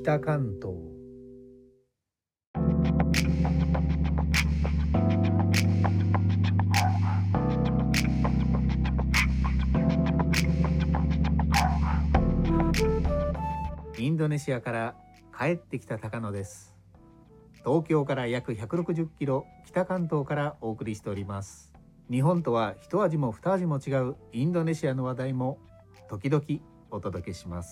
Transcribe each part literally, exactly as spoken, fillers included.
北関東。インドネシアから帰ってきた高野です。東京から約ひゃくろくじゅっキロ、北関東からお送りしております。日本とは一味も二味も違うインドネシアの話題も時々お届けします。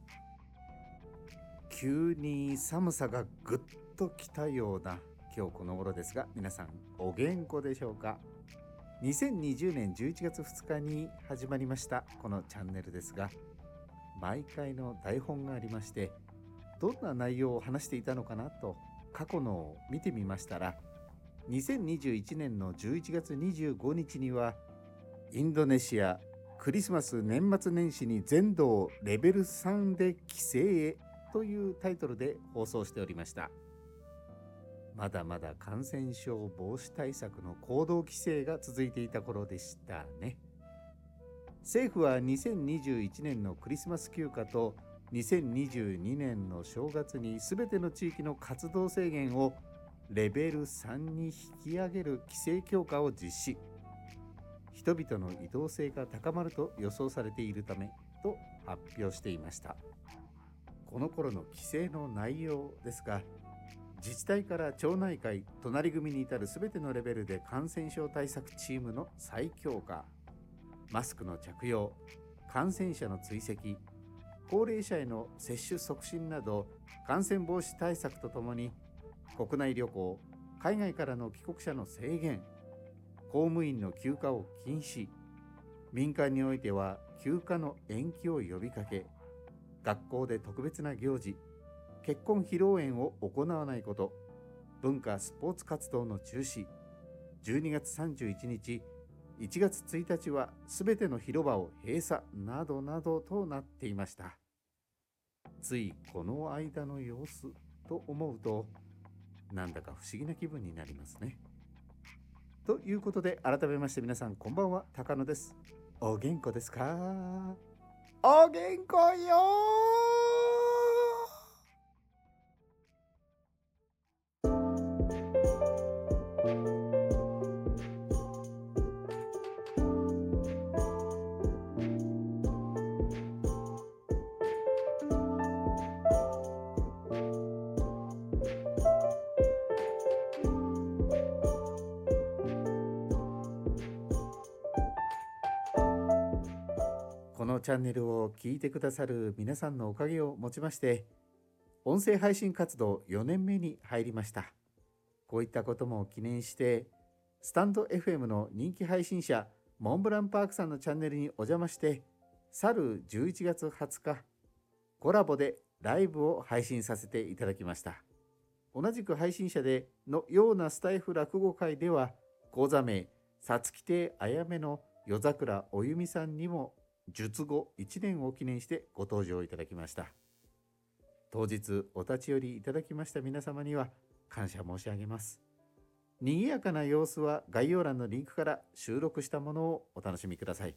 急に寒さがぐっときたような今日この頃ですが、皆さんお元気でしょうか。にせんにじゅうねんじゅういちがつふつかに始まりましたこのチャンネルですが、毎回の台本がありまして、どんな内容を話していたのかなと過去のを見てみましたら、にせんにじゅういちねんのじゅういちがつにじゅうごにちにはインドネシアクリスマス年末年始に全道レベルさんで規制へというタイトルで放送しておりました。まだまだ感染症防止対策の行動規制が続いていた頃でしたね。政府はにせんにじゅういちねんのクリスマス休暇とにせんにじゅうにねんの正月に全ての地域の活動制限をレベルさんに引き上げる規制強化を実施。人々の移動性が高まると予想されているためと発表していました。この頃の規制の内容ですが、自治体から町内会、隣組に至る全てのレベルで感染症対策チームの再強化、マスクの着用、感染者の追跡、高齢者への接種促進など感染防止対策とともに、国内旅行、海外からの帰国者の制限、公務員の休暇を禁止、民間においては休暇の延期を呼びかけ、学校で特別な行事、結婚披露宴を行わないこと、文化スポーツ活動の中止、じゅうにがつさんじゅういちにち、いちがつついたちはすべての広場を閉鎖などなどとなっていました。ついこの間の様子と思うと、なんだか不思議な気分になりますね。ということで、改めまして皆さんこんばんは、高野です。お元気ですか？お元気よ。このチャンネルを聞いてくださる皆さんのおかげをもちまして、音声配信活動よねんめに入りました。こういったことも記念して、スタンド エフエム の人気配信者モンブランパークさんのチャンネルにお邪魔して、去るじゅういちがつはつかコラボでライブを配信させていただきました。同じく配信者でのようなスタイフ落語会では、講座名さつき亭あやめの夜桜おゆみさんにも術後いちねんを記念してご登場いただきました。当日お立ち寄りいただきました皆様には感謝申し上げます。賑やかな様子は概要欄のリンクから収録したものをお楽しみください。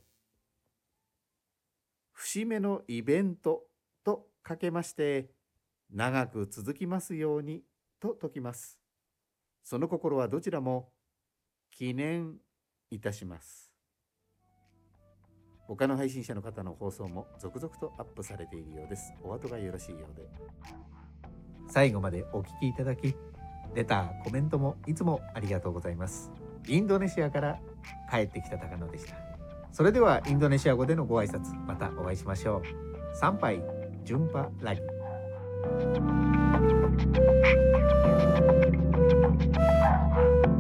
節目のイベントとかけまして、長く続きますようにと説きます。その心はどちらも記念いたします。他の配信者の方の放送も続々とアップされているようです。お後がよろしいようで。 最後までお聞きいただき、レター、コメントもいつもありがとうございます。インドネシアから帰ってきた高野でした。それではインドネシア語でのご挨拶、またお会いしましょう。参拝、順波ラギ。 Thank you.